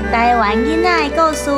台湾囡仔的故事。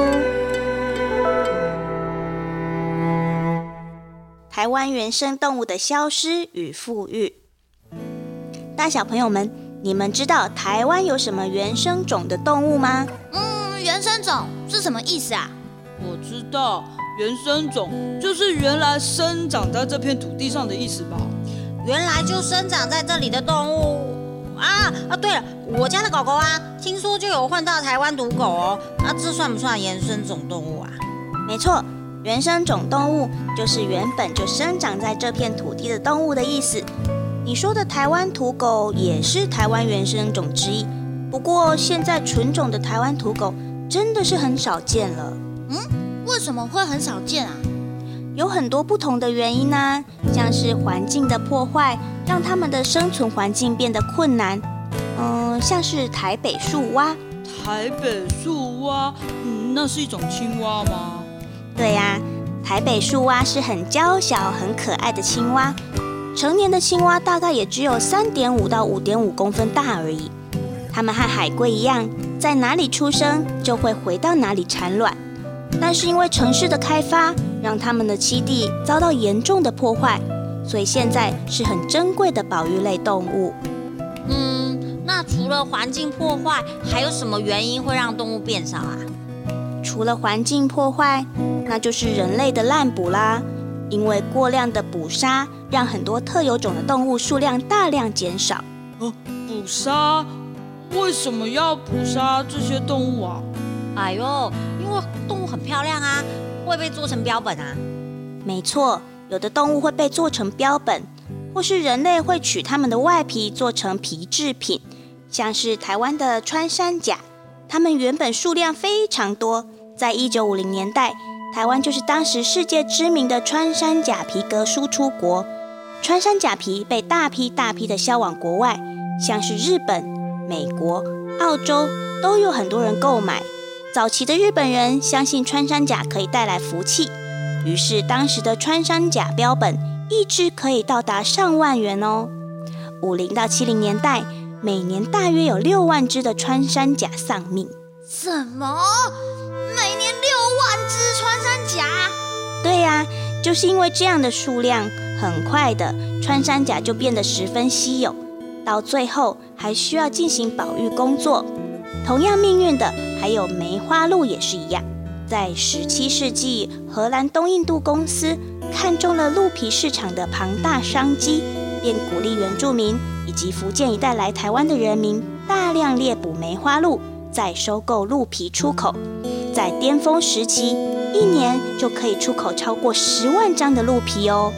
台湾原生动物的消失与复育。大小朋友们，你们知道台湾有什么原生种的动物吗？ 原生种是什么意思啊？ 我知道，原生种就是原来生长在这片土地上的意思吧？ 原来就生长在这里的动物对了，我家的狗狗啊，听说就有混到台湾土狗哦。这算不算原生种动物啊？ 没错，原生种动物就是原本就生长在这片土地的动物的意思。你说的台湾土狗也是台湾原生种之一，不过现在纯种的台湾土狗真的是很少见了。 为什么会很少见啊？ 有很多不同的原因啊，像是环境的破坏，让它们的生存环境变得困难。像是台北树蛙。 台北树蛙，那是一种青蛙吗？ 对呀，台北树蛙是很娇小、很可爱的青蛙。成年的青蛙大概也只有3.5到5.5公分大而已。它们和海龟一样，在哪里出生就会回到哪里产卵。但是因为城市的开发，让它们的栖地遭到严重的破坏，所以现在是很珍贵的保育类动物。 那除了环境破坏，还有什么原因会让动物变少啊？ 除了环境破坏，那就是人类的滥捕啦。因为过量的捕杀，让很多特有种的动物数量大量减少。 捕杀？为什么要捕杀这些动物啊？ 因为动物很漂亮啊，会被做成标本啊。 没错，有的动物会被做成标本，或是人类会取它们的外皮做成皮制品，像是台湾的穿山甲，它们原本数量非常多，在1950年代，台湾就是当时世界知名的穿山甲皮革输出国。穿山甲皮被大批的销往国外，像是日本、美国、澳洲都有很多人购买。早期的日本人相信穿山甲可以带来福气，于是当时的穿山甲标本一只可以到达上万元哦。50到70年代，每年大约有6万只的穿山甲丧命。 什么？每年6万只穿山甲？ 对呀，就是因为这样的数量，很快的穿山甲就变得十分稀有，到最后还需要进行保育工作。同样命运的还有梅花鹿也是一样，在17世纪，荷兰东印度公司看中了鹿皮市场的庞大商机，便鼓励原住民以及福建一带来台湾的人民大量猎捕梅花鹿，再收购鹿皮出口。在巅峰时期，1年就可以出口超过10万张的鹿皮哦。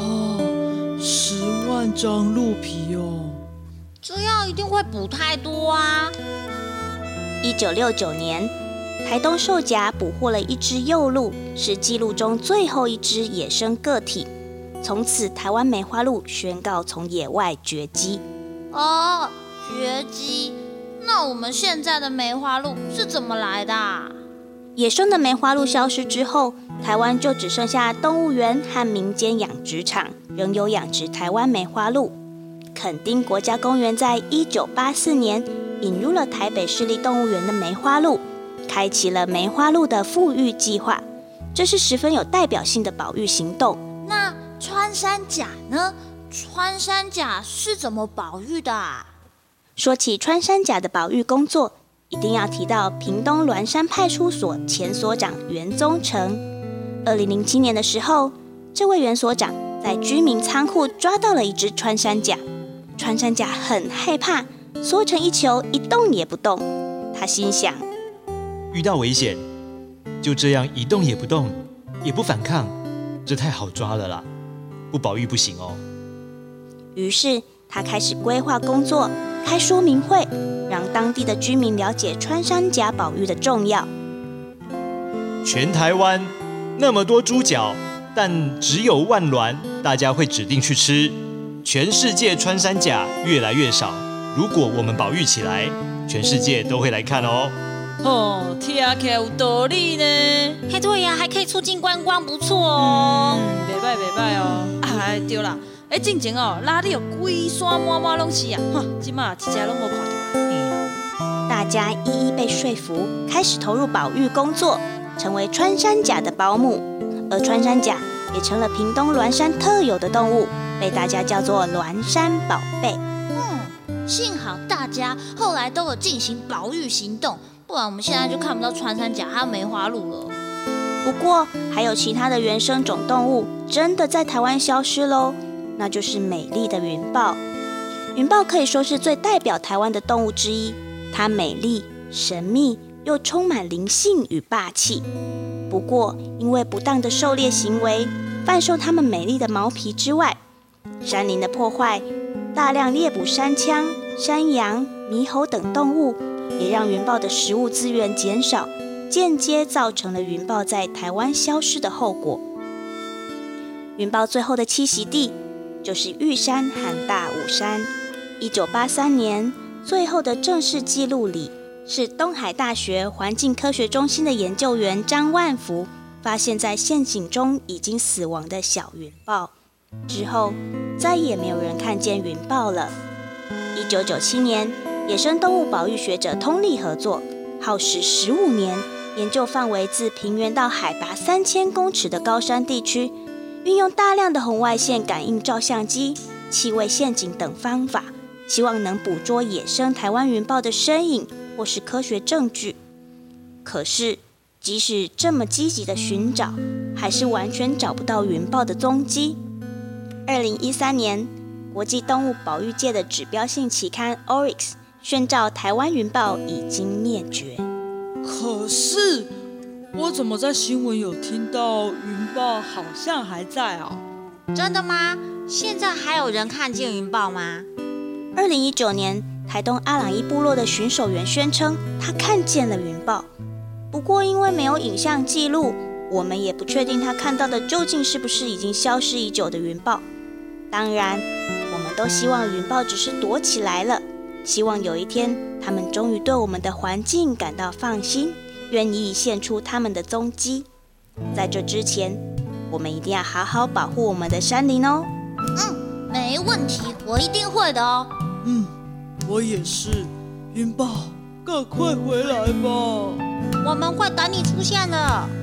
10万张鹿皮哦， 这样一定会捕太多啊。 1969年，台东受甲捕获了1只幼鹿，是记录中最后1只野生个体。从此，台湾梅花鹿宣告从野外绝迹。 绝迹？那我们现在的梅花鹿是怎么来的啊？ 野生的梅花鹿消失之后，台湾就只剩下动物园和民间养殖场仍有养殖台湾梅花鹿。垦丁国家公园在1984年引入了台北市立动物园的梅花鹿，开启了梅花鹿的复育计划，这是十分有代表性的保育行动。 那穿山甲呢？穿山甲是怎么保育的啊？ 说起穿山甲的保育工作，一定要提到屏东鸾山派出所前所长袁宗成。2007年的时候，这位袁所长在居民仓库抓到了1只穿山甲，穿山甲很害怕，缩成一球，一动也不动。他心想， 遇到危险就这样一动也不动，也不反抗，这太好抓了啦，不保育不行哦。 于是他开始规划工作，开说明会，让当地的居民了解穿山甲保育的重要。 全台湾那么多猪脚，但只有万峦大家会指定去吃。全世界穿山甲越来越少，如果我们保育起来，全世界都会来看哦。 听起来有道理呢。 对呀，还可以促进观光，不错哦。 袂歹哦。对啦，之前哪里有规山满满拢是啊，今嘛一只拢无看到。 大家一一被说服，开始投入保育工作，成为穿山甲的保姆。而穿山甲也成了屏东鸾山特有的动物，被大家叫做鸾山宝贝。 幸好大家后来都有进行保育行动，不然我们现在就看不到穿山甲和梅花鹿了。 不过还有其他的原生种动物真的在台湾消失喽，那就是美丽的云豹。云豹可以说是最代表台湾的动物之一，它美丽、神秘又充满灵性与霸气。不过因为不当的狩猎行为，贩售它们美丽的毛皮之外，山林的破坏，大量猎捕山羌、山羊、猕猴等动物，也让云豹的食物资源减少，间接造成了云豹在台湾消失的后果。云豹最后的栖息地就是玉山和大武山。1983年，最后的正式记录里，是东海大学环境科学中心的研究员张万福发现在陷阱中已经死亡的小云豹。之后再也没有人看见云豹了。1997年，野生动物保育学者通力合作，耗时15年，研究范围自平原到海拔3000公尺的高山地区，运用大量的红外线感应照相机、气味陷阱等方法，希望能捕捉野生台湾云豹的身影或是科学证据。可是即使这么积极的寻找，还是完全找不到云豹的踪迹。2013年，国际动物保育界的指标性期刊 Oryx 宣告台湾云豹已经灭绝。 可是我怎么在新闻有听到云豹好像还在啊？ 真的吗？现在还有人看见云豹吗 ？2019年，台东阿朗伊部落的巡守员宣称他看见了云豹，不过因为没有影像记录，我们也不确定他看到的究竟是不是已经消失已久的云豹。当然，我们都希望云豹只是躲起来了，希望有一天他们终于对我们的环境感到放心，愿意献出他们的踪迹。在这之前，我们一定要好好保护我们的山林哦。 没问题，我一定会的哦。 我也是。云豹，赶快回来吧！ 我们会等你出现的。